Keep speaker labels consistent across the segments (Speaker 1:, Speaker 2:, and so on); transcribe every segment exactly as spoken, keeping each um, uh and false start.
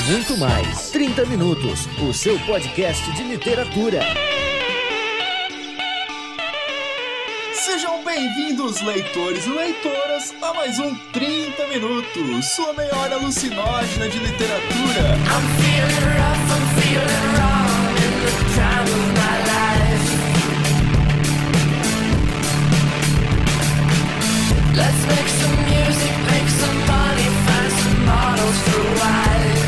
Speaker 1: muito mais. trinta minutos, o seu podcast de literatura.
Speaker 2: Sejam bem-vindos, leitores e leitoras, a mais um trinta minutos, sua meia hora alucinógena de literatura. I'm feeling rough, I'm feeling wrong in the time of my life. Let's make some music, make some money, find some models for wives.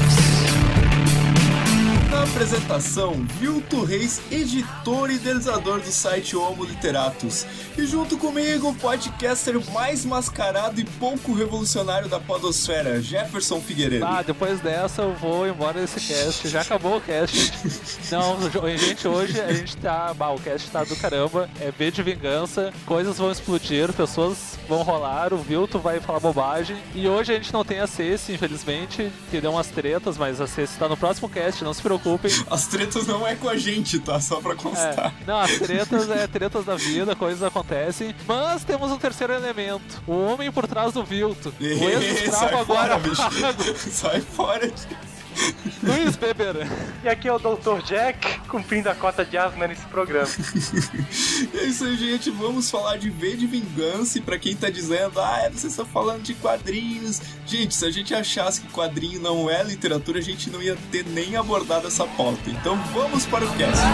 Speaker 2: Na apresentação, Vilto Reis, editor e idealizador do site Homo Literatus. E junto comigo, o podcaster mais mascarado e pouco revolucionário da podosfera, Jefferson Figueiredo.
Speaker 3: Ah, depois dessa eu vou embora desse cast. Já acabou o cast. Não, gente, hoje a gente tá... Bah, o cast tá do caramba. É B de vingança. Coisas vão explodir, pessoas vão rolar, o Vilto vai falar bobagem. E hoje a gente não tem a Ceci, infelizmente, que deu umas tretas, mas a Ceci tá no próximo cast, não se preocupem.
Speaker 2: As tretas não é com a gente, tá? Só pra constar.
Speaker 3: É, não, as tretas é tretas da vida, coisas acontecem. Mas temos um terceiro elemento. O homem por trás do Vilto. O ex-escravo agora pago.
Speaker 2: Sai fora,
Speaker 3: Luiz Beber.
Speaker 4: E aqui é o doutor Jack, cumprindo a cota de asma nesse programa.
Speaker 2: É isso aí, gente. Vamos falar de V de Vingança. E pra quem tá dizendo, ah, vocês estão falando de quadrinhos. Gente, se a gente achasse que quadrinho não é literatura, a gente não ia ter nem abordado essa pauta. Então vamos para o cast.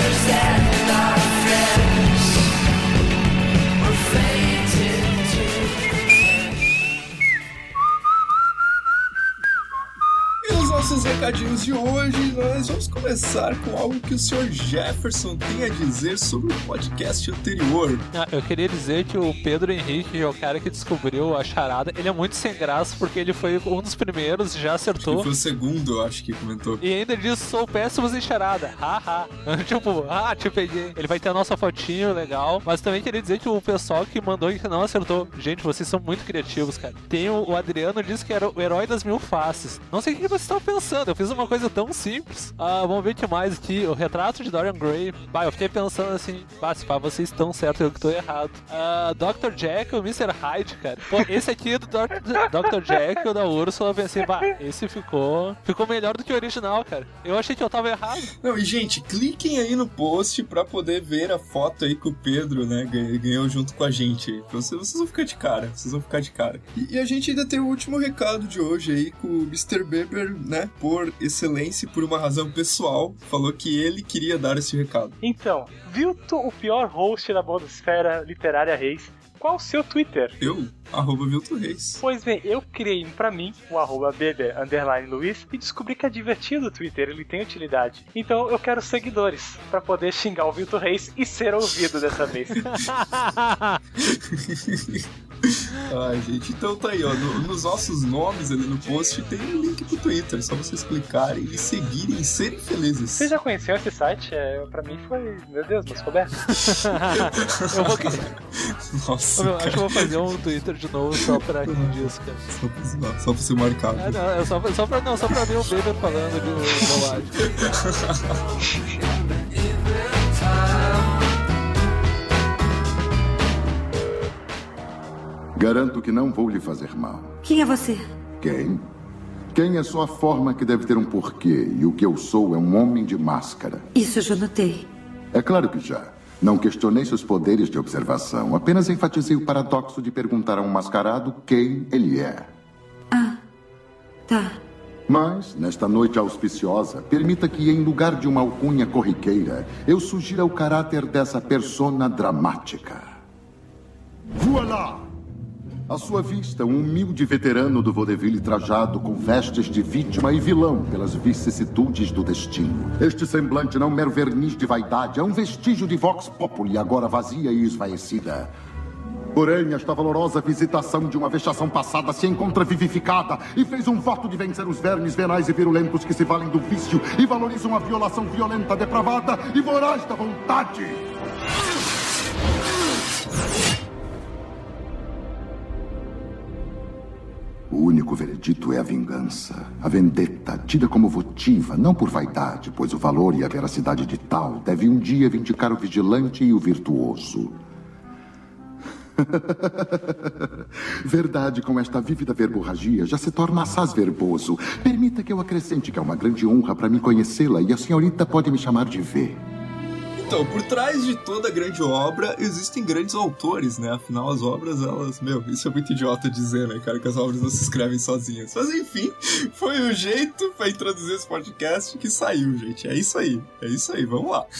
Speaker 2: Nossos recadinhos de hoje, nós vamos começar com algo que o senhor Jefferson tem a dizer sobre o podcast anterior.
Speaker 3: Ah, eu queria dizer que o Pedro Henrique, é o cara que descobriu a charada, ele é muito sem graça porque ele foi um dos primeiros, já acertou.
Speaker 2: Ele foi o segundo, eu acho que comentou.
Speaker 3: E ainda disse, sou péssimo em charada. Haha. Tipo, ah, te peguei. Ele vai ter a nossa fotinho legal, mas também queria dizer que o pessoal que mandou e que não acertou, gente, vocês são muito criativos, cara. Tem o, o Adriano, disse que era o herói das mil faces. Não sei o que vocês estão pensando. Eu fiz uma coisa tão simples. Ah, vamos ver o que mais aqui. O retrato de Dorian Gray. Bah, eu fiquei pensando assim, bah, se pá, vocês estão certos, eu que tô errado. Ah, doutor Jekyll, mister Hyde, cara. Pô, esse aqui do doutor Jekyll da Úrsula, eu pensei, bah, esse ficou ficou melhor do que o original, cara. Eu achei que eu tava errado.
Speaker 2: Não, e gente, cliquem aí no post pra poder ver a foto aí que o Pedro, né, ganhou junto com a gente aí. Vocês, vocês vão ficar de cara, vocês vão ficar de cara. E, e a gente ainda tem o último recado de hoje aí com o mister Beber, né, por excelência e por uma razão pessoal, falou que ele queria dar esse recado.
Speaker 4: Então, Vilto, o pior host da podosfera literária Reis, qual o seu Twitter?
Speaker 2: Eu? Arroba Vilto Reis.
Speaker 4: Pois bem, eu criei um pra mim, o arroba Beber underline Luiz, e descobri que é divertido o Twitter, ele tem utilidade. Então eu quero seguidores, pra poder xingar o Vilto Reis e ser ouvido dessa vez.
Speaker 2: Ai, gente, então tá aí, ó. No, nos nossos nomes ali no post tem um link pro Twitter. Só vocês clicarem e seguirem e serem felizes.
Speaker 4: Você já conheceu esse site? É, pra mim foi, meu Deus, uma descoberta.
Speaker 3: Eu vou.
Speaker 2: Nossa.
Speaker 3: Eu acho que eu vou fazer um Twitter de novo só pra rir disso, cara.
Speaker 2: Só pra, só pra ser marcado.
Speaker 3: É, não, é só, só, pra, não, só pra ver o Beber falando de bobagem.
Speaker 5: Garanto que não vou lhe fazer mal.
Speaker 6: Quem é você?
Speaker 5: Quem? Quem é só a forma que deve ter um porquê, e o que eu sou é um homem de máscara.
Speaker 6: Isso eu já notei.
Speaker 5: É claro que já. Não questionei seus poderes de observação, apenas enfatizei o paradoxo de perguntar a um mascarado quem ele é.
Speaker 6: Ah, tá.
Speaker 5: Mas, nesta noite auspiciosa, permita que, em lugar de uma alcunha corriqueira, eu sugira o caráter dessa persona dramática. Voilá! À sua vista, um humilde veterano do vaudeville trajado com vestes de vítima e vilão pelas vicissitudes do destino. Este semblante não é um mero verniz de vaidade, é um vestígio de vox populi, agora vazia e esvaecida. Porém, esta valorosa visitação de uma vexação passada se encontra vivificada e fez um voto de vencer os vermes venais e virulentos que se valem do vício e valorizam a violação violenta, depravada e voraz da vontade. O único veredito é a vingança. A vendetta, tida como votiva, não por vaidade, pois o valor e a veracidade de tal deve um dia vindicar o vigilante e o virtuoso. Verdade, com esta vívida verborragia já se torna assaz verboso. Permita que eu acrescente que é uma grande honra para me conhecê-la e a senhorita pode me chamar de V.
Speaker 2: Então, por trás de toda grande obra existem grandes autores, né? Afinal, as obras, elas... Meu, isso é muito idiota dizer, né, cara? Que as obras não se escrevem sozinhas. Mas, enfim, foi o jeito pra introduzir esse podcast que saiu, gente. É isso aí. É isso aí. Vamos lá.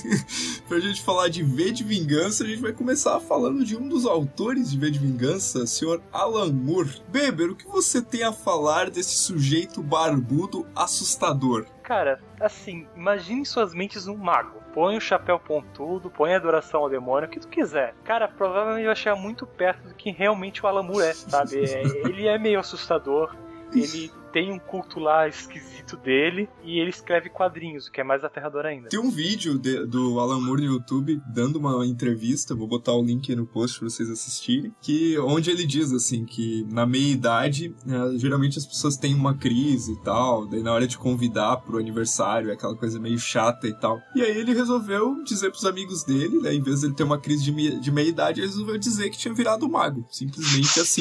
Speaker 2: Pra gente falar de V de Vingança, a gente vai começar falando de um dos autores de V de Vingança, o senhor Alan Moore. Beber, o que você tem a falar desse sujeito barbudo assustador?
Speaker 4: Cara, assim, imagine em suas mentes um mago. Põe o chapéu pontudo, põe a adoração ao demônio, o que tu quiser. Cara, provavelmente vai chegar muito perto do que realmente o Alan Moore é, sabe? É, ele é meio assustador, ele tem um culto lá esquisito dele e ele escreve quadrinhos, o que é mais aterrador ainda.
Speaker 2: Tem um vídeo de, do Alan Moore no YouTube dando uma entrevista, vou botar o link aí no post pra vocês assistirem, que, onde ele diz assim, que na meia-idade, né, geralmente as pessoas têm uma crise e tal, daí na hora de convidar pro aniversário é aquela coisa meio chata e tal. E aí ele resolveu dizer pros amigos dele, né, em vez de ele ter uma crise de, me, de meia-idade, ele resolveu dizer que tinha virado mago, simplesmente assim.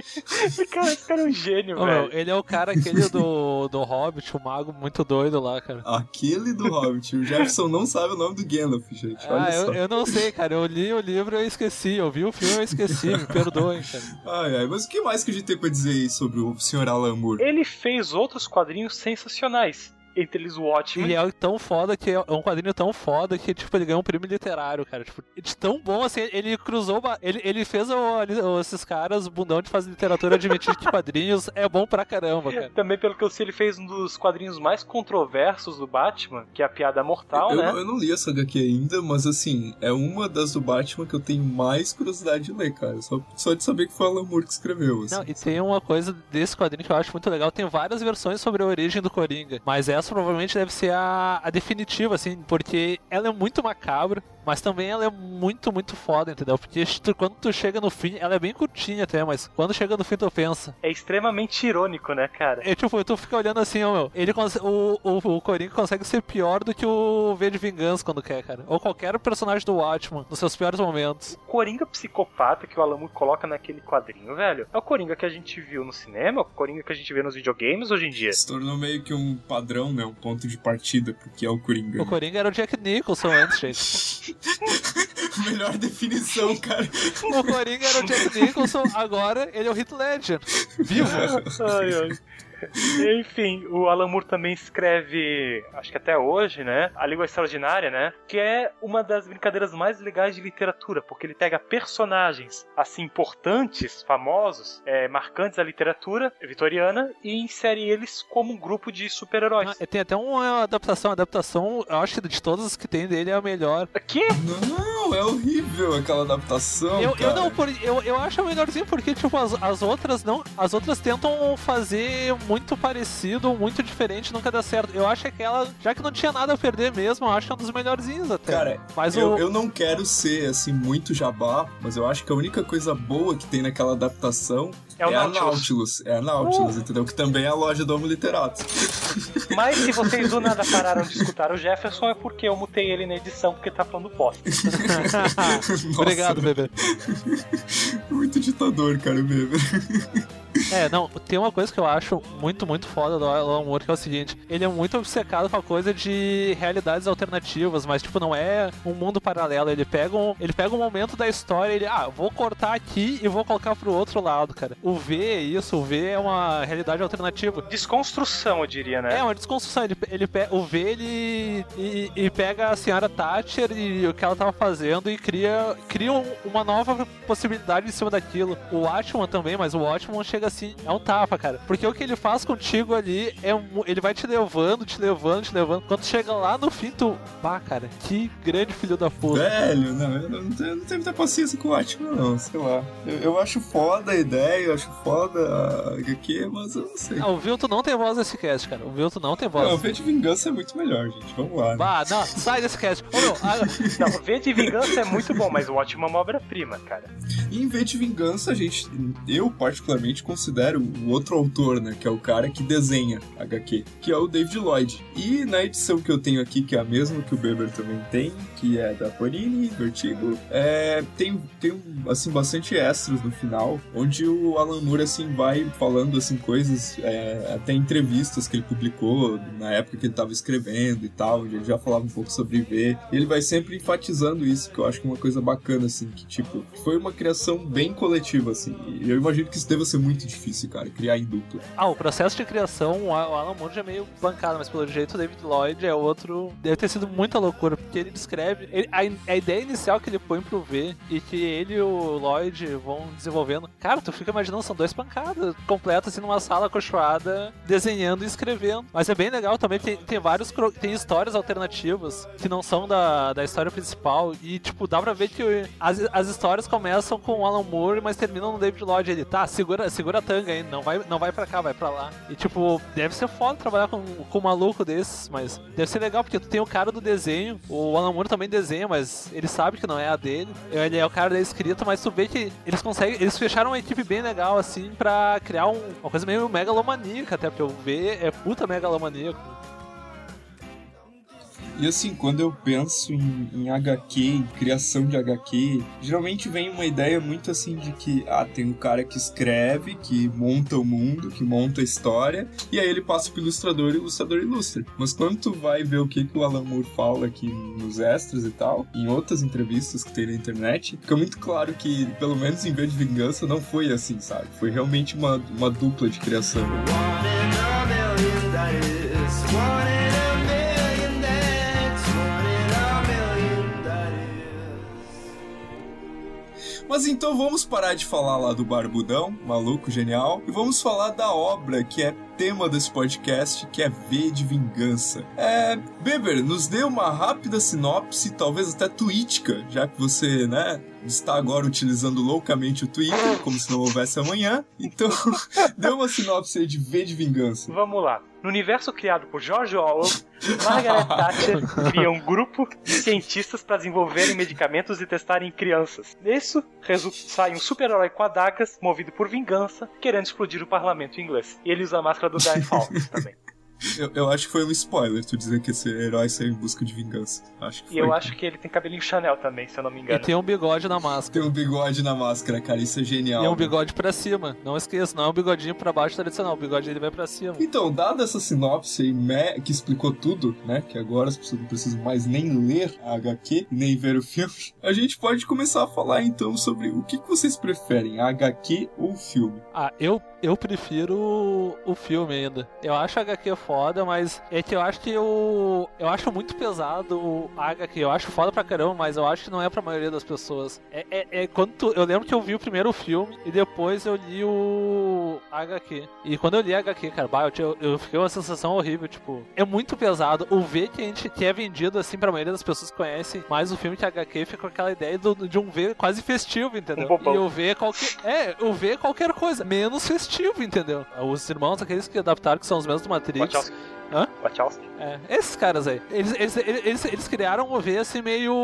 Speaker 4: Cara, esse cara é um gênio,
Speaker 3: Ô,
Speaker 4: velho.
Speaker 3: meu, ele é o cara aquele do, do Hobbit, o mago muito doido lá, cara.
Speaker 2: Aquele do Hobbit. O Jefferson não sabe o nome do Gandalf, gente. Olha
Speaker 3: ah,
Speaker 2: só.
Speaker 3: eu, eu não sei, cara. Eu li o livro e eu esqueci. Eu vi o filme e eu esqueci. Me perdoem, cara.
Speaker 2: Ai, ai. Mas o que mais que a gente tem pra dizer aí sobre o senhor Alan Moore?
Speaker 4: Ele fez outros quadrinhos sensacionais. Entre eles o Watchmen.
Speaker 3: Ele é tão foda que é um quadrinho tão foda que, tipo, ele ganhou um prêmio literário, cara. Tipo, de tão bom assim, ele cruzou. Ele, ele fez o, esses caras, bundão de fazer literatura, admitir que quadrinhos é bom pra caramba, cara.
Speaker 4: Também, pelo que eu sei, ele fez um dos quadrinhos mais controversos do Batman, que é a Piada Mortal,
Speaker 2: eu,
Speaker 4: né?
Speaker 2: Eu, eu não li essa H Q ainda, mas assim, é uma das do Batman que eu tenho mais curiosidade de ler, cara. Só, só de saber que foi o Alan Moore que escreveu. Assim,
Speaker 3: não, e tem uma coisa desse quadrinho que eu acho muito legal. Tem várias versões sobre a origem do Coringa, mas essa provavelmente deve ser a, a definitiva, assim, porque ela é muito macabra, mas também ela é muito, muito foda, entendeu? Porque tu, quando tu chega no fim, ela é bem curtinha até, mas quando chega no fim tu pensa.
Speaker 4: É extremamente irônico, né, cara?
Speaker 3: É tipo, tu fica olhando assim, ó, meu, ele o, o, o Coringa consegue ser pior do que o V de Vingança quando quer, cara. Ou qualquer personagem do Watchmen, nos seus piores momentos.
Speaker 4: O Coringa psicopata que o Alan Moore coloca naquele quadrinho, velho, é o Coringa que a gente viu no cinema, o Coringa que a gente vê nos videogames hoje em dia.
Speaker 2: Se tornou meio que um padrão, né, um ponto de partida, porque é o Coringa.
Speaker 3: O Coringa era o Jack Nicholson antes, gente.
Speaker 2: Melhor definição, cara.
Speaker 3: O Coringa era o Jack Nicholson, agora ele é o Heath Ledger. Vivo.
Speaker 4: Ai, ai. Enfim, o Alan Moore também escreve, acho que até hoje, né, A Língua Extraordinária, né, que é uma das brincadeiras mais legais de literatura, porque ele pega personagens, assim, importantes, famosos, é, marcantes da literatura vitoriana e insere eles como um grupo de super-heróis.
Speaker 3: Ah, tem até uma adaptação, a adaptação, eu acho que de todas as que tem dele é a melhor.
Speaker 4: Que?
Speaker 2: Não, é horrível aquela adaptação,
Speaker 3: eu,
Speaker 2: cara.
Speaker 3: eu não, por, eu, eu acho a melhorzinha porque, tipo, as, as outras não, as outras tentam fazer muito parecido, muito diferente, nunca dá certo. Eu acho que aquela, já que não tinha nada a perder mesmo, eu acho que é um dos melhorzinhos até.
Speaker 2: Cara,
Speaker 3: mas
Speaker 2: eu,
Speaker 3: o...
Speaker 2: eu não quero ser, assim, muito jabá, mas eu acho que a única coisa boa que tem naquela adaptação
Speaker 4: é, o
Speaker 2: é
Speaker 4: Nautilus.
Speaker 2: a Nautilus. É a Nautilus,
Speaker 4: uh.
Speaker 2: entendeu? Que também é a loja do Homo Literato.
Speaker 4: Mas se vocês do nada pararam de escutar o Jefferson, é porque eu mutei ele na edição, porque tá falando bosta.
Speaker 3: Obrigado, bebê.
Speaker 2: Muito ditador, cara, o bebê.
Speaker 3: É, não, tem uma coisa que eu acho muito, muito foda do Alan Moore, que é o seguinte, ele é muito obcecado com a coisa de realidades alternativas, mas tipo, não é um mundo paralelo, ele pega um, ele pega um momento da história e ele, ah, vou cortar aqui e vou colocar pro outro lado, cara. O V é isso, o V é uma realidade alternativa.
Speaker 4: Desconstrução, eu diria, né?
Speaker 3: É, uma desconstrução, ele, ele pega, o V, ele e, e pega a senhora Thatcher e o que ela tava fazendo e cria, cria um, uma nova possibilidade em cima daquilo. O Watchman também, mas o Watchman chega assim, é um tapa, cara. Porque o que ele faz contigo ali é um, ele vai te levando, te levando, te levando. Quando chega lá no fim, tu... Pá, cara, que grande filho da puta.
Speaker 2: Velho, não, eu não tenho, não tenho muita paciência com o Atman, não, sei lá. Eu, eu acho foda a ideia, eu acho foda a H Q, mas eu não sei.
Speaker 3: Ah, o Vilto não tem voz nesse cast, cara. O Vilto não tem voz.
Speaker 2: Não, o V de Vingança é muito melhor, gente. Vamos lá. Né?
Speaker 3: Bah, não, sai desse cast. Ô, meu, a...
Speaker 4: Não, V de Vingança Vingança é muito bom, mas o Watchmen é uma obra-prima, cara.
Speaker 2: E em V de Vingança, a gente, eu particularmente considero o outro autor, né, que é o cara que desenha agá quê, que é o David Lloyd. E na edição que eu tenho aqui, que é a mesma que o Beber também tem, que é da Panini, Vertigo, é, tem, tem assim, bastante extras no final, onde o Alan Moore assim, vai falando assim, coisas, é, até entrevistas que ele publicou na época que ele estava escrevendo e tal, onde ele já falava um pouco sobre V. E ele vai sempre enfatizando isso, que eu acho que é uma coisa bacana, assim, que tipo, foi uma criação bem coletiva, assim, e eu imagino que isso deva ser muito difícil, cara, criar em dupla.
Speaker 3: Ah, o processo de criação, o Alan Moore já é meio bancado, mas pelo jeito o David Lloyd é outro, deve ter sido muita loucura, porque ele descreve, ele, a, a ideia inicial que ele põe pro V, e que ele e o Lloyd vão desenvolvendo, cara, tu fica imaginando, são dois pancadas completas, assim, numa sala acolchoada, desenhando e escrevendo, mas é bem legal também, tem, tem vários, tem histórias alternativas, que não são da, da história principal, e tipo, dá pra ver que as, as histórias começam com o Alan Moore, mas terminam no David Lloyd. Ele, tá, segura, segura a tanga aí, não vai, não vai pra cá, vai pra lá. E tipo, deve ser foda trabalhar com, com um maluco desses, mas deve ser legal, porque tu tem o cara do desenho, o Alan Moore também desenha, mas ele sabe que não é a dele, ele é o cara da escrita, mas tu vê que eles conseguem, eles fecharam uma equipe bem legal, assim, pra criar um, uma coisa meio megalomaníaca, até, porque o V é puta megalomaníaco.
Speaker 2: E assim, quando eu penso em, em agá quê, em criação de agá quê, geralmente vem uma ideia muito assim de que, ah, tem um cara que escreve, que monta o mundo, que monta a história, e aí ele passa pro ilustrador e o ilustrador ilustra. Mas quando tu vai ver o que, que o Alan Moore fala aqui nos extras e tal, em outras entrevistas que tem na internet, fica muito claro que, pelo menos em V de Vingança, não foi assim, sabe? Foi realmente uma, uma dupla de criação. Mas então vamos parar de falar lá do Barbudão, maluco, genial, e vamos falar da obra que é tema desse podcast, que é V de Vingança. É, Beber, nos dê uma rápida sinopse, talvez até tweetica, já que você, né, está agora utilizando loucamente o Twitter, como se não houvesse amanhã. Então, dê uma sinopse aí de V de Vingança.
Speaker 4: Vamos lá. No universo criado por George Orwell, Margaret Thatcher cria um grupo de cientistas para desenvolverem medicamentos e testarem em crianças. Nisso, sai um super-herói com adagas, movido por vingança, querendo explodir o parlamento inglês. E ele usa a máscara do Guy Fawkes também.
Speaker 2: Eu, eu acho que foi um spoiler tu dizer que esse herói saiu em busca de vingança. Acho que foi.
Speaker 4: E eu acho que ele tem cabelinho Chanel também, se eu não me engano.
Speaker 3: E tem um bigode na máscara.
Speaker 2: Tem um bigode na máscara, cara, isso é genial.
Speaker 3: E é um
Speaker 2: né?
Speaker 3: bigode pra cima, não esqueça, não é um bigodinho pra baixo tradicional, o bigode ele vai pra cima.
Speaker 2: Então, dada essa sinopse aí, me, que explicou tudo, né, que agora as pessoas não precisam mais nem ler a agá quê, nem ver o filme, a gente pode começar a falar então sobre o que, que vocês preferem, a agá quê ou o filme?
Speaker 3: Ah, eu, eu prefiro o filme ainda. Eu acho a agá quê foda, mas é que eu acho que eu, eu acho muito pesado o agá quê. Eu acho foda pra caramba, mas eu acho que não é pra maioria das pessoas. É, é, é quando tu, eu lembro que eu vi o primeiro filme e depois eu li o agá quê. E quando eu li a agá quê, cara, bah, eu, eu fiquei uma sensação horrível, tipo, é muito pesado. O V que a gente que é vendido assim pra maioria das pessoas que conhecem, mas o filme que a agá quê fica com aquela ideia do, de um V quase festivo, entendeu?
Speaker 4: Um
Speaker 3: e o V qualquer, é, o V qualquer coisa, menos festivo, entendeu? Os irmãos, aqueles que adaptaram, que são os mesmos do Matrix. Hã?
Speaker 4: Wachowski.
Speaker 3: É, esses caras aí. Eles, eles, eles, eles criaram um O V assim meio.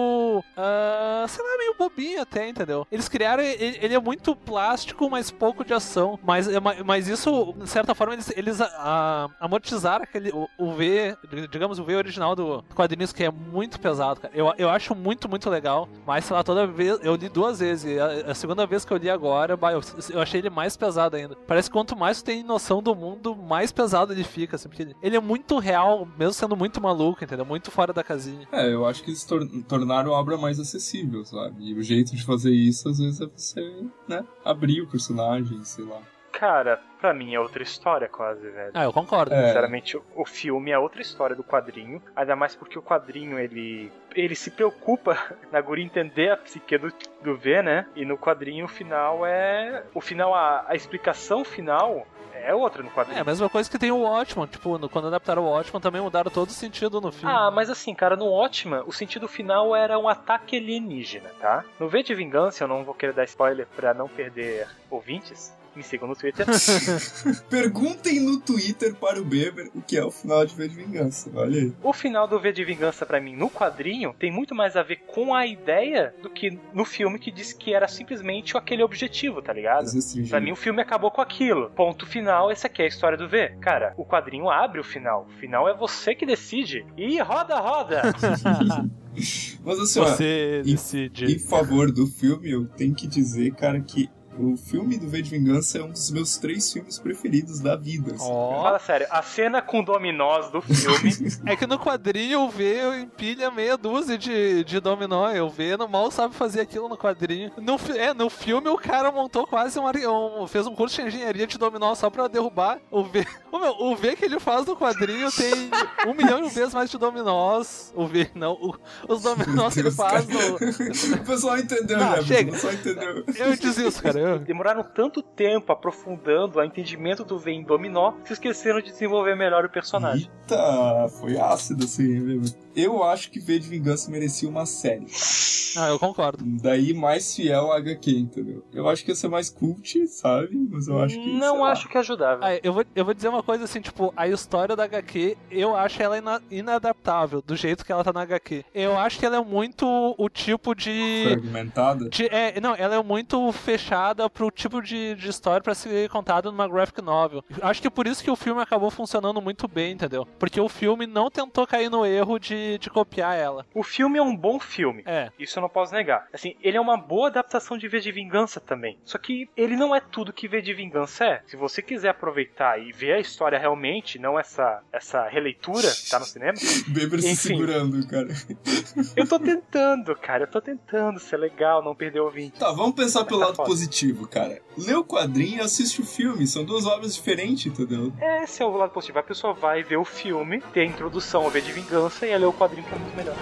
Speaker 3: Uh, sei lá, meio bobinho até, entendeu? Eles criaram. Ele, ele é muito plástico, mas pouco de ação. Mas, mas isso, de certa forma, eles, eles uh, amortizaram aquele, o, o V, digamos, o V original do quadrinhos, que é muito pesado, cara. Eu, eu acho muito, muito legal. Mas, sei lá, toda vez. Eu li duas vezes. E a, a segunda vez que eu li agora, bah, eu, eu achei ele mais pesado ainda. Parece que quanto mais tu tem noção do mundo, mais pesado ele fica, assim, porque ele, ele é muito real, mesmo sendo muito maluco, entendeu? Muito fora da casinha.
Speaker 2: É, eu acho que eles tor- tornaram a obra mais acessível, sabe? E o jeito de fazer isso, às vezes, é você, né, abrir o personagem, sei lá.
Speaker 4: Cara, pra mim é outra história quase, velho.
Speaker 3: Ah, eu concordo.
Speaker 2: É.
Speaker 4: Sinceramente, o, o filme é outra história do quadrinho, ainda mais porque o quadrinho, ele ele se preocupa na guria entender a psique do, do V, né? E no quadrinho o final é... O final, a, a explicação final... É outra no quadrinho.
Speaker 3: É a mesma coisa que tem o Watchmen. Tipo, no, quando adaptaram o Watchmen também mudaram todo o sentido no filme.
Speaker 4: Ah, mas assim, cara, no Watchmen, o sentido final era um ataque alienígena, tá? No V de Vingança, eu não vou querer dar spoiler pra não perder ouvintes, me sigam no Twitter.
Speaker 2: Perguntem no Twitter para o Beber o que é o final de V de Vingança. Olha aí.
Speaker 4: O final do V de Vingança, pra mim, no quadrinho, tem muito mais a ver com a ideia do que no filme, que disse que era simplesmente aquele objetivo, tá ligado? Pra mim, o filme acabou com aquilo. Ponto final, essa aqui é a história do V. Cara, o quadrinho abre o final. O final é você que decide. E roda, roda!
Speaker 2: Mas assim,
Speaker 3: Você
Speaker 2: ó,
Speaker 3: decide.
Speaker 2: Em, em favor do filme, eu tenho que dizer, cara, que o filme do V de Vingança é um dos meus três filmes preferidos da vida. Assim.
Speaker 3: Ó.
Speaker 4: Fala sério, a cena com dominós do filme...
Speaker 3: É que no quadrinho o V empilha meia dúzia de, de dominó. O V no mal sabe fazer aquilo no quadrinho. No, fi- é, no filme o cara montou quase uma, um, fez um curso de engenharia de dominó só pra derrubar o V. O, meu, o V que ele faz no quadrinho tem um milhão de vezes mais de dominós. O V, não. O, os dominós que ele faz no...
Speaker 2: O pessoal entendeu,
Speaker 3: Não,
Speaker 2: né?
Speaker 3: chega.
Speaker 2: O pessoal entendeu.
Speaker 3: Eu disse isso, cara. Eu...
Speaker 4: Demoraram tanto tempo aprofundando o entendimento do V em dominó que se esqueceram de desenvolver melhor o personagem.
Speaker 2: Eita, foi ácido assim, mesmo. Eu acho que V de Vingança merecia uma série.
Speaker 3: Ah, eu concordo.
Speaker 2: Daí mais fiel ao H Q, entendeu? Eu acho que ia ser mais cult, sabe? Mas eu acho que...
Speaker 4: Não acho que ajudava.
Speaker 3: Ah, eu, vou, eu vou dizer uma coisa assim, tipo, a história da H Q, eu acho ela ina- inadaptável, do jeito que ela tá na H Q. Eu acho que ela é muito o tipo de...
Speaker 2: Fragmentada?
Speaker 3: de é, não, ela é muito fechada pro tipo de, de história pra ser contada numa graphic novel. Acho que por isso que o filme acabou funcionando muito bem, entendeu? Porque o filme não tentou cair no erro de, de copiar ela.
Speaker 4: O filme é um bom filme.
Speaker 3: É.
Speaker 4: Isso eu não posso negar. Assim, ele é uma boa adaptação de V de Vingança também. Só que ele não é tudo que V de Vingança é. Se você quiser aproveitar e ver a história realmente, não essa, essa releitura que tá no cinema...
Speaker 2: Beber se
Speaker 4: Enfim.
Speaker 2: segurando, cara.
Speaker 4: Eu tô tentando, cara. Eu tô tentando ser legal, não perder o ouvinte.
Speaker 2: Tá, vamos pensar pelo
Speaker 4: Tá
Speaker 2: lado
Speaker 4: foda.
Speaker 2: positivo, cara. Lê o quadrinho e assiste o filme. São duas obras diferentes, entendeu?
Speaker 4: Esse é o lado positivo. A pessoa vai ver o filme, ter a introdução ao V de Vingança e ela lê o quadrinho que é muito melhor.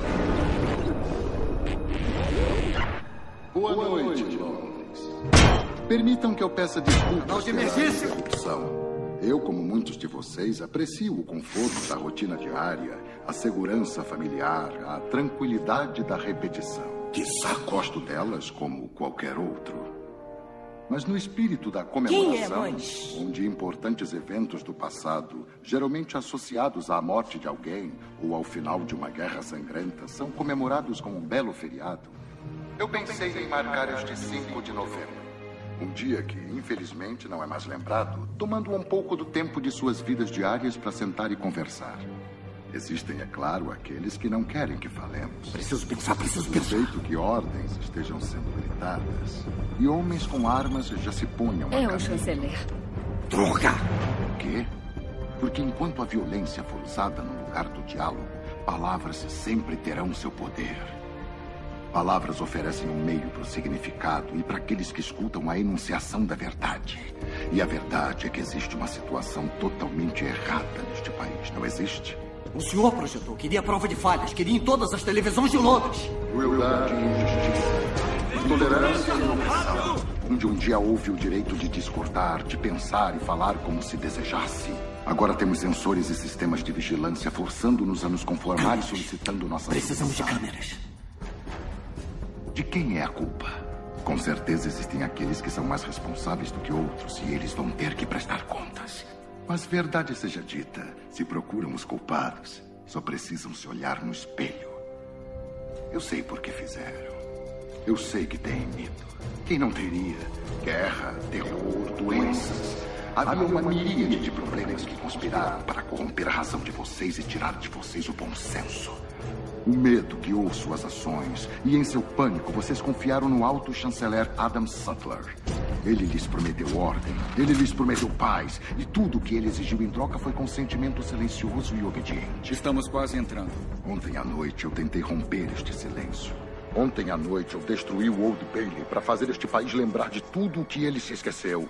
Speaker 5: Boa noite, jovens. Permitam que eu peça desculpas pela interrupção. Eu, como muitos de vocês, aprecio o conforto da rotina diária, a segurança familiar, a tranquilidade da repetição. Quizá gosto delas como qualquer outro. Mas no espírito da comemoração, onde importantes eventos do passado, geralmente associados à morte de alguém ou ao final de uma guerra sangrenta, são comemorados com um belo feriado, eu pensei em marcar este cinco de novembro. Um dia que, infelizmente, não é mais lembrado, tomando um pouco do tempo de suas vidas diárias para sentar e conversar. Existem, é claro, aqueles que não querem que falemos.
Speaker 7: Preciso pensar, preciso pensar.
Speaker 5: Suspeito que ordens estejam sendo gritadas e homens com armas já se ponham a
Speaker 8: É o
Speaker 5: caminho.
Speaker 8: chanceler.
Speaker 7: Droga!
Speaker 5: Por quê? Porque enquanto a violência for usada no lugar do diálogo, palavras sempre terão seu poder. Palavras oferecem um meio para o significado e para aqueles que escutam a enunciação da verdade. E a verdade é que existe uma situação totalmente errada neste país, não existe?
Speaker 7: O senhor projetou, queria prova de falhas, queria em todas as televisões de Londres.
Speaker 5: Crueldade e injustiça. Intolerância e opressão. Onde um dia houve o direito de discordar, de pensar e falar como se desejasse. Agora temos sensores e sistemas de vigilância forçando-nos a nos conformar e solicitando nossa
Speaker 7: Precisamos de
Speaker 5: solução.
Speaker 7: câmeras.
Speaker 5: De quem é a culpa? Com certeza existem aqueles que são mais responsáveis do que outros e eles vão ter que prestar contas. Mas verdade seja dita, se procuram os culpados, só precisam se olhar no espelho. Eu sei por que fizeram. Eu sei que têm medo. Quem não teria? Guerra, terror, doenças. Havia uma miríade de problemas que conspiraram para corromper a razão de vocês e tirar de vocês o bom senso. O medo guiou suas ações, e em seu pânico vocês confiaram no alto chanceler Adam Sutler. Ele lhes prometeu ordem, ele lhes prometeu paz, e tudo o que ele exigiu em troca foi consentimento silencioso e obediente.
Speaker 9: Estamos quase entrando.
Speaker 5: Ontem à noite eu tentei romper este silêncio. Ontem à noite eu destruí o Old Bailey para fazer este país lembrar de tudo o que ele se esqueceu.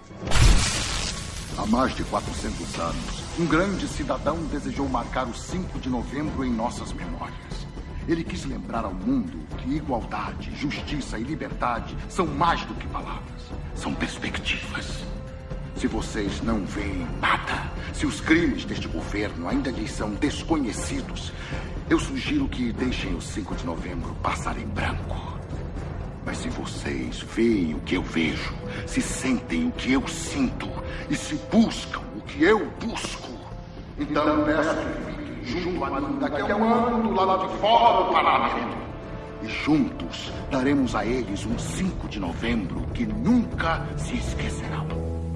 Speaker 5: Há mais de quatrocentos anos, um grande cidadão desejou marcar o cinco de novembro em nossas memórias. Ele quis lembrar ao mundo que igualdade, justiça e liberdade são mais do que palavras. São perspectivas. Se vocês não veem nada, se os crimes deste governo ainda lhes são desconhecidos, eu sugiro que deixem o cinco de novembro passar em branco. Mas se vocês veem o que eu vejo, se sentem o que eu sinto e se buscam o que eu busco, então peço que fiquem junto a mim daqui a um ano do lado de fora do parlamento. E juntos daremos a eles um cinco de novembro que nunca se esquecerão.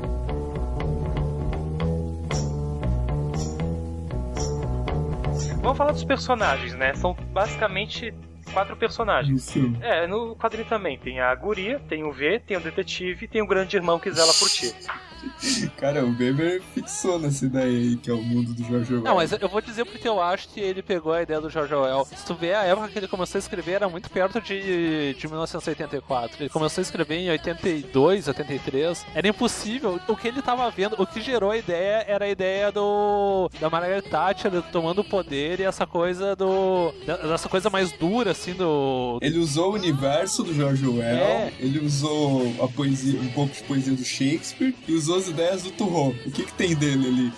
Speaker 4: Vamos falar dos personagens, né? São basicamente quatro personagens.
Speaker 2: Isso.
Speaker 4: É, no quadrinho também tem a guria, tem o V, tem o detetive e tem o grande irmão que zela por ti.
Speaker 2: Cara, o Weber fixou nessa ideia aí, que é o mundo do George Orwell.
Speaker 3: Não, mas eu vou dizer porque eu acho que ele pegou a ideia do George Orwell. Se tu vê a época que ele começou a escrever, era muito perto de, de mil novecentos e oitenta e quatro. Ele começou a escrever em oitenta e dois, oitenta e três. Era impossível. O que ele tava vendo, o que gerou a ideia era a ideia do da Margaret Thatcher tomando o poder e essa coisa do... dessa coisa mais dura, assim, do...
Speaker 2: Ele usou o universo do George Orwell, é. Ele usou a poesia, um pouco de poesia do Shakespeare e usou as ideias do Turro. O que que tem dele ali?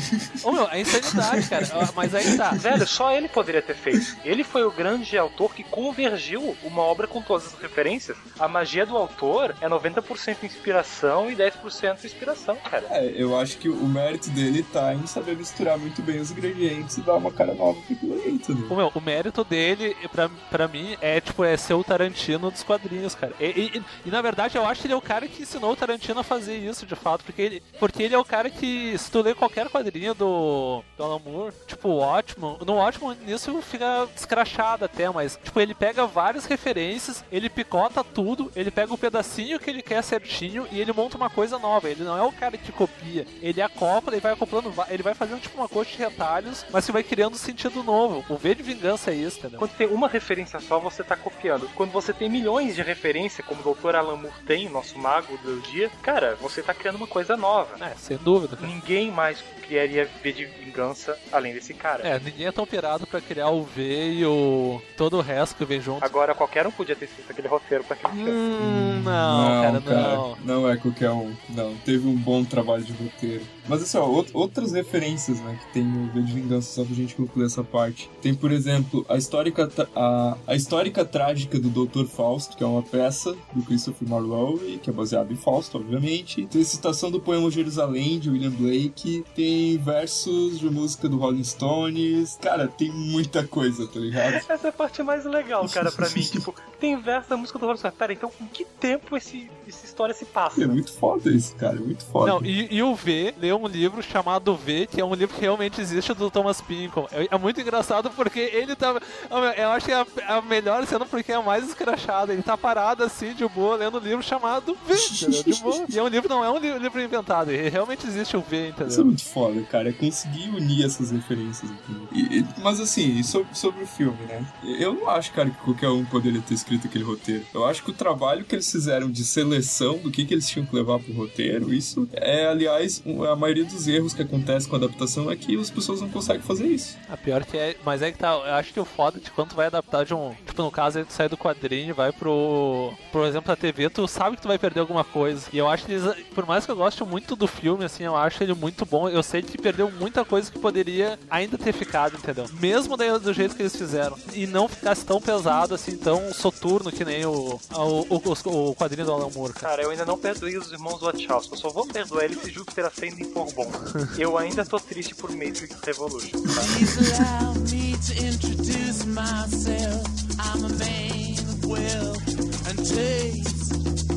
Speaker 3: Ô meu, é insanidade, cara. Mas aí tá.
Speaker 4: Velho, só ele poderia ter feito. Ele foi o grande autor que convergiu uma obra com todas as referências. A magia do autor é noventa por cento inspiração e dez por cento inspiração, cara.
Speaker 2: É, eu acho que o mérito dele tá em saber misturar muito bem os ingredientes e dar uma cara nova pro aquilo aí, entendeu?
Speaker 3: Ô meu, o mérito dele, pra, pra mim, é tipo, é ser o Tarantino dos quadrinhos, cara. E, e, e na verdade eu acho que ele é o cara que ensinou o Tarantino a fazer isso, de fato, porque ele, porque ele é o cara que, se tu ler qualquer quadrinho do, do Alan Moore, tipo o Watchmen, no Watchmen nisso fica escrachado até, mas tipo, ele pega várias referências, ele picota tudo, ele pega o pedacinho que ele quer certinho e ele monta uma coisa nova. Ele não é o cara que copia, ele acopla, ele vai acoplando, ele vai fazendo tipo uma coxa de retalhos, mas que vai criando sentido novo. O V de Vingança é isso, entendeu?
Speaker 4: Quando tem uma referência só, você tá copiando. Quando você tem milhões de referências, como o doutor Alan Moore tem, nosso mago do dia, cara, você tá criando uma coisa nova.
Speaker 3: É, sem dúvida.
Speaker 4: Ninguém mais criaria V de Vingança além desse cara.
Speaker 3: É, ninguém é tão pirado pra criar o V e o... todo o resto que vem junto.
Speaker 4: Agora, qualquer um podia ter escrito aquele roteiro pra aquele filme.
Speaker 3: Hum, não, não, cara,
Speaker 2: cara,
Speaker 3: não.
Speaker 2: Não é qualquer um. Não, teve um bom trabalho de roteiro. Mas assim, ó, outras referências, né, que tem no V de Vingança, só pra gente concluir essa parte. Tem, por exemplo, a histórica, a, a histórica trágica do doutor Fausto, que é uma peça do Christopher Marlowe, que é baseada em Fausto, obviamente. Tem a citação do poema Jerusalém, de William Blake. Tem versos de música do Rolling Stones. Cara, tem muita coisa, tá ligado?
Speaker 4: Essa é a parte mais legal, cara, pra mim. Tipo, tem verso da música do Rolling Stones. Pera, então, em que tempo esse, essa história se passa?
Speaker 2: É muito foda isso, cara, é muito foda.
Speaker 3: Não, e, e o V leu um livro chamado V, que é um livro que realmente existe, do Thomas Pynchon. É, é muito engraçado porque ele tá... Eu acho que é a, a melhor cena porque é a mais escrachada. Ele tá parado assim, de boa, lendo um livro chamado V, entendeu? De boa. E é um livro, não é um livro inventado. Ele realmente existe o V, entendeu?
Speaker 2: Isso é muito foda, cara. É conseguir unir essas referências. E, e, mas assim, sobre, sobre o filme, né? Eu não acho, cara, que qualquer um poderia ter escrito aquele roteiro. Eu acho que o trabalho que eles fizeram de seleção do que, que eles tinham que levar pro roteiro, isso é, aliás, a maioria dos erros que acontecem com a adaptação é que as pessoas não conseguem fazer isso.
Speaker 3: A pior que é... Mas é que tá... Eu acho que o foda de quando tu vai adaptar de um... Tipo, no caso, tu sai do quadrinho e vai pro... Por exemplo, a T V, tu sabe que tu vai perder alguma coisa. E eu acho que eles... Por mais que eu goste muito do filme, assim, eu acho ele muito bom. Eu sei que perdeu muita coisa que poderia ainda ter ficado, entendeu? Mesmo daí, do jeito que eles fizeram. E não ficasse tão pesado, assim, tão soturno que nem o, o, o, o quadrinho do Alan Moore, cara.
Speaker 4: Cara, eu ainda não perdoei os irmãos Wachowski. Eu só vou perdoar eles se Júpiter ascendem for bom. Eu ainda tô triste por Matrix Revolution, tá?
Speaker 8: Please allow me to introduce myself. I'm a man of wealth and taste.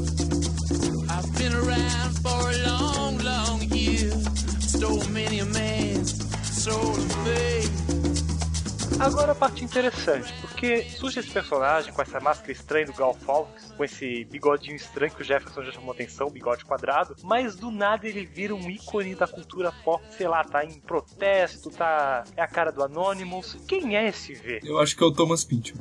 Speaker 8: I've been around for a long, long year. Stole many a man's soul of faith.
Speaker 4: Agora a parte interessante, porque surge esse personagem com essa máscara estranha do Gal Fawkes, com esse bigodinho estranho que o Jefferson já chamou atenção, bigode quadrado, mas do nada ele vira um ícone da cultura pop, sei lá, tá em protesto, tá... é a cara do Anonymous. Quem é esse V?
Speaker 2: Eu acho que é o Thomas Pynchon.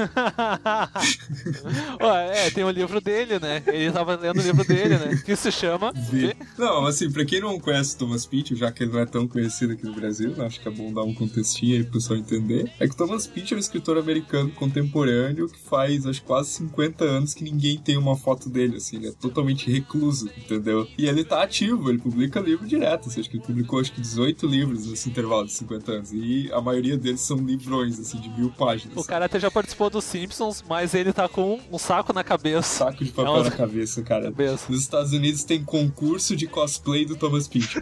Speaker 3: Ué, é, tem o livro dele, né? Ele tava lendo o livro dele, né? Que se chama
Speaker 2: V.
Speaker 3: V.
Speaker 2: Não, assim, pra quem não conhece o Thomas Pynchon, já que ele não é tão conhecido aqui no Brasil, acho que é bom dar um contextinho aí pro pessoal entender. É que Thomas Pynchon é um escritor americano contemporâneo que faz, acho, quase cinquenta anos que ninguém tem uma foto dele, assim, ele é totalmente recluso, entendeu? E ele tá ativo, ele publica livro direto, assim, acho que ele publicou, acho que dezoito livros nesse intervalo de cinquenta anos, e a maioria deles são livrões, assim, de mil páginas.
Speaker 3: O cara até já participou dos Simpsons, mas ele tá com um saco na cabeça.
Speaker 2: Saco de papel
Speaker 3: é um...
Speaker 2: na cabeça, cara.
Speaker 3: Cabeça.
Speaker 2: Nos Estados Unidos tem concurso de cosplay do Thomas Pynchon.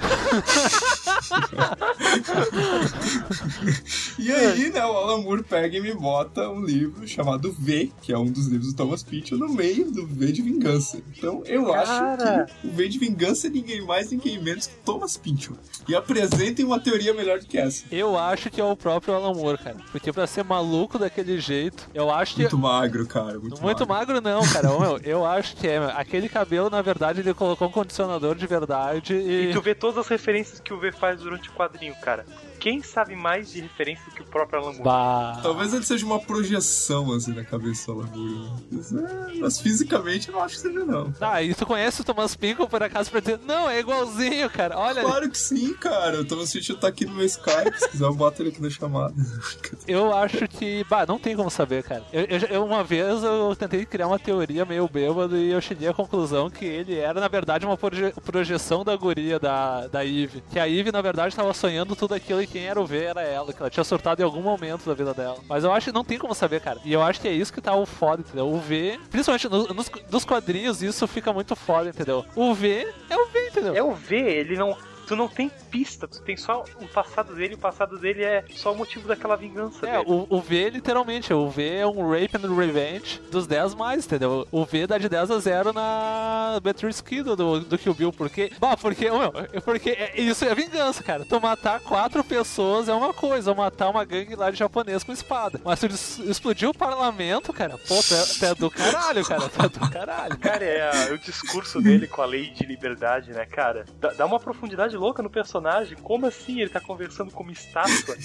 Speaker 2: E aí, né, o Alan Moore pega e me bota um livro chamado V, que é um dos livros do Thomas Pynchon, no meio do V de Vingança. Então eu
Speaker 4: Cara.
Speaker 2: acho que o V de Vingança é ninguém mais, ninguém menos que Thomas Pynchon. E apresentem uma teoria melhor do que essa.
Speaker 3: Eu acho que é o próprio Alan Moore, cara. Porque pra ser maluco daquele jeito, eu acho que...
Speaker 2: Muito magro, cara. Muito,
Speaker 3: muito magro. magro não, cara. Meu, eu acho que é. Meu. Aquele cabelo, na verdade, ele colocou um condicionador de verdade e...
Speaker 4: E tu vê todas as referências que o V faz durante o quadrinho, cara. Quem sabe mais de referência que o próprio Alan Moore?
Speaker 3: Bah.
Speaker 2: Talvez ele seja uma projeção, assim, na cabeça do Alan Moore. Mas, é, mas fisicamente eu não acho que seja, não.
Speaker 3: Ah, e tu conhece o Thomas Pynchon, por acaso, pra dizer, não, é igualzinho, cara, olha...
Speaker 2: Claro que sim, cara. O Thomas Pynchon tá aqui no meu Skype, se quiser eu boto ele aqui na chamada.
Speaker 3: Eu acho que... Bah, não tem como saber, cara. Eu, eu, eu, uma vez eu tentei criar uma teoria meio bêbado e eu cheguei à conclusão que ele era, na verdade, uma proje projeção da guria, da, da Eve. Que a Eve, na verdade, tava sonhando tudo aquilo e quem era o V era ela, que ela tinha surtado em algum momento da vida dela. Mas eu acho que não tem como saber, cara. E eu acho que é isso que tá o foda, entendeu? O V, principalmente no, nos, nos quadrinhos, isso fica muito foda, entendeu? O V é o V, entendeu?
Speaker 4: É o V, ele não... Tu não tem pista, tu tem só o passado dele, e o passado dele é só o motivo daquela vingança
Speaker 3: é,
Speaker 4: dele.
Speaker 3: O, o V, literalmente, o V é um rape and revenge dos dez mais, entendeu? O V dá de dez a zero na Beatrice Kiddo do, do Kill Bill, porque... Bah, porque, meu, porque é, isso é vingança, cara. Tu matar quatro pessoas é uma coisa, ou matar uma gangue lá de japonês com espada. Mas tu explodir o parlamento, cara, pô, tu é, tu é do caralho, cara, tu é do caralho.
Speaker 4: Cara, é, é o discurso dele com a lei de liberdade, né, cara? Dá, dá uma profundidade louca no personagem. Como assim ele tá conversando com uma estátua?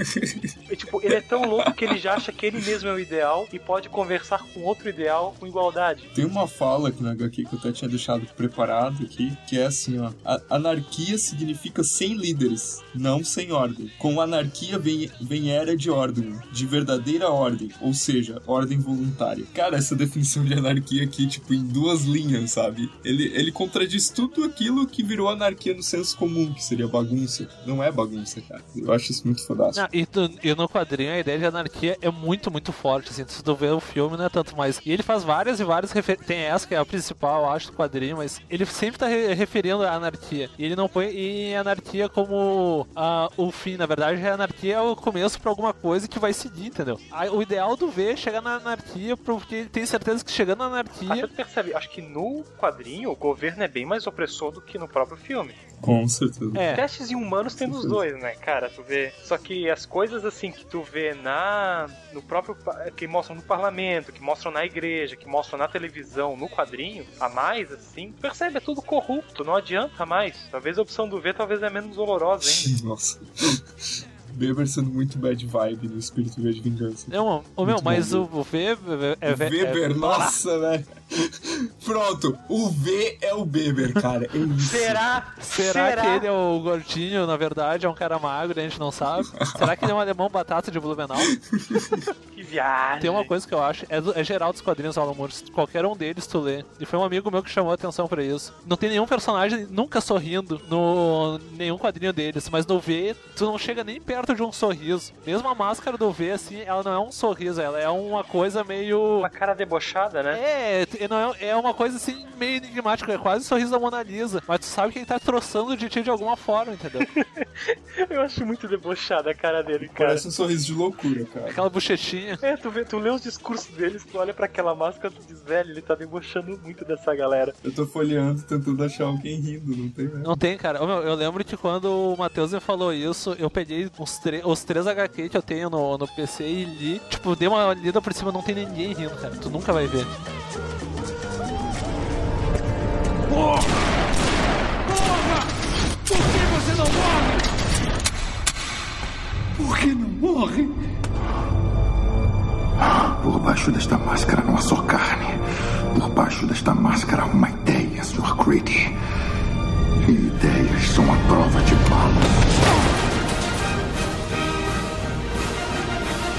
Speaker 4: E, tipo, ele é tão louco que ele já acha que ele mesmo é o ideal e pode conversar com outro ideal com igualdade.
Speaker 2: Tem uma fala aqui na agá quê que eu até tinha deixado preparado aqui, que é assim, ó: a anarquia significa sem líderes, não sem ordem. Com anarquia vem, vem era de ordem, de verdadeira ordem, ou seja, ordem voluntária. Cara, essa definição de anarquia aqui, tipo, em duas linhas, sabe? Ele, ele contradiz tudo aquilo que virou anarquia no senso comum, que seria bagunça. Não é bagunça, cara. Eu acho isso muito fodástico.
Speaker 3: Ah, e, tu, e no quadrinho a ideia de anarquia é muito, muito forte, assim, se tu vê o filme não é tanto mais. E ele faz várias e várias referências. Tem essa que é a principal, eu acho, do quadrinho, mas ele sempre tá re referindo a anarquia. E ele não põe em anarquia como uh, o fim, na verdade a anarquia é o começo pra alguma coisa que vai seguir, entendeu? Aí, o ideal do V é chegar na anarquia, porque ele tem certeza que chegando na anarquia...
Speaker 4: Até tu percebe, acho que no quadrinho o governo é bem mais opressor do que no próprio filme.
Speaker 2: Com certeza.
Speaker 4: É. Testes em humanos tem nos dois, né, cara? Tu vê. Só que as coisas assim que tu vê na. no próprio. que mostram no parlamento, que mostram na igreja, que mostram na televisão, no quadrinho, a mais, assim, tu percebe, é tudo corrupto, não adianta mais. Talvez a opção do V talvez é menos dolorosa ainda.
Speaker 2: Nossa. Weber sendo muito bad vibe no espírito V de vingança.
Speaker 3: Não, o meu, mas o, o V é, é,
Speaker 2: Weber,
Speaker 3: é,
Speaker 2: nossa, ah. velho. Pronto, o V é o Weber, cara. É isso.
Speaker 4: Será?
Speaker 3: Será?
Speaker 4: Será
Speaker 3: que ele é o gordinho, na verdade, é um cara magro e a gente não sabe? Será que ele é um alemão batata de Blumenau?
Speaker 4: Que viagem.
Speaker 3: Tem uma coisa que eu acho, é, do, é geral dos quadrinhos, Alan Moore, qualquer um deles tu lê. E foi um amigo meu que chamou a atenção pra isso. Não tem nenhum personagem nunca sorrindo no nenhum quadrinho deles, mas no V, tu não chega nem perto de um sorriso. Mesmo a máscara do V, assim, ela não é um sorriso, ela é uma coisa meio...
Speaker 4: uma cara debochada, né?
Speaker 3: É, não é, é uma coisa assim, meio enigmática, é quase o sorriso da Mona Lisa. Mas tu sabe que ele tá troçando de ti de alguma forma, entendeu?
Speaker 4: Eu acho muito debochada a cara dele, cara.
Speaker 2: Parece um sorriso de loucura, cara.
Speaker 3: Aquela bochechinha.
Speaker 4: É, tu, vê, tu lê os discursos deles, tu olha pra aquela máscara e tu diz, velho, ele tá debochando muito dessa galera.
Speaker 2: Eu tô folheando, tentando achar alguém rindo, não tem mesmo.
Speaker 3: Não tem, cara. Eu, eu lembro que quando o Matheus me falou isso, eu peguei os, os três agá quê que eu tenho no, no P C e li. Tipo, dei uma lida por cima, não tem ninguém rindo, cara. Tu nunca vai ver.
Speaker 8: Porra! Porra! Por que você não morre?
Speaker 5: Por que não morre? Por baixo desta máscara não há só carne. Por baixo desta máscara há uma ideia, senhor Grady. E ideias são a prova de bala.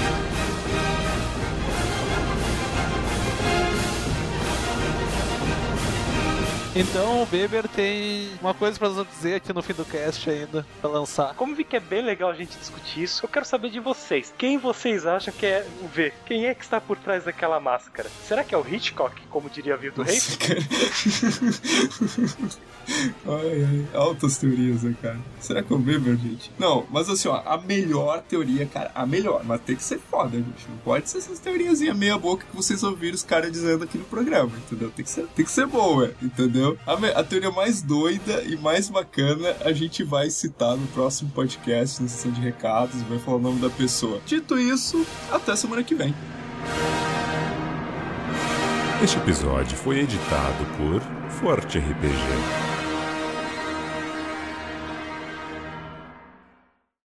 Speaker 3: Então o Beber tem uma coisa pra nos dizer aqui no fim do cast ainda, pra lançar.
Speaker 4: Como vi que é bem legal a gente discutir isso, eu quero saber de vocês. Quem vocês acham que é o V? Quem é que está por trás daquela máscara? Será que é o Hitchcock, como diria Vildo Reis?
Speaker 2: Ai, ai, altas teorias, né, cara? Será que é o Weber, gente? Não, mas assim, ó, a melhor teoria, cara, a melhor, mas tem que ser foda, gente. Não pode ser essas teoriazinhas meia boca que vocês ouviram os caras dizendo aqui no programa, entendeu? Tem que ser, tem que ser boa, entendeu? A, me- a teoria mais doida e mais bacana a gente vai citar no próximo podcast, na sessão de recados, vai falar o nome da pessoa. Dito isso, até semana que vem.
Speaker 9: Este episódio foi editado por Forte R P G.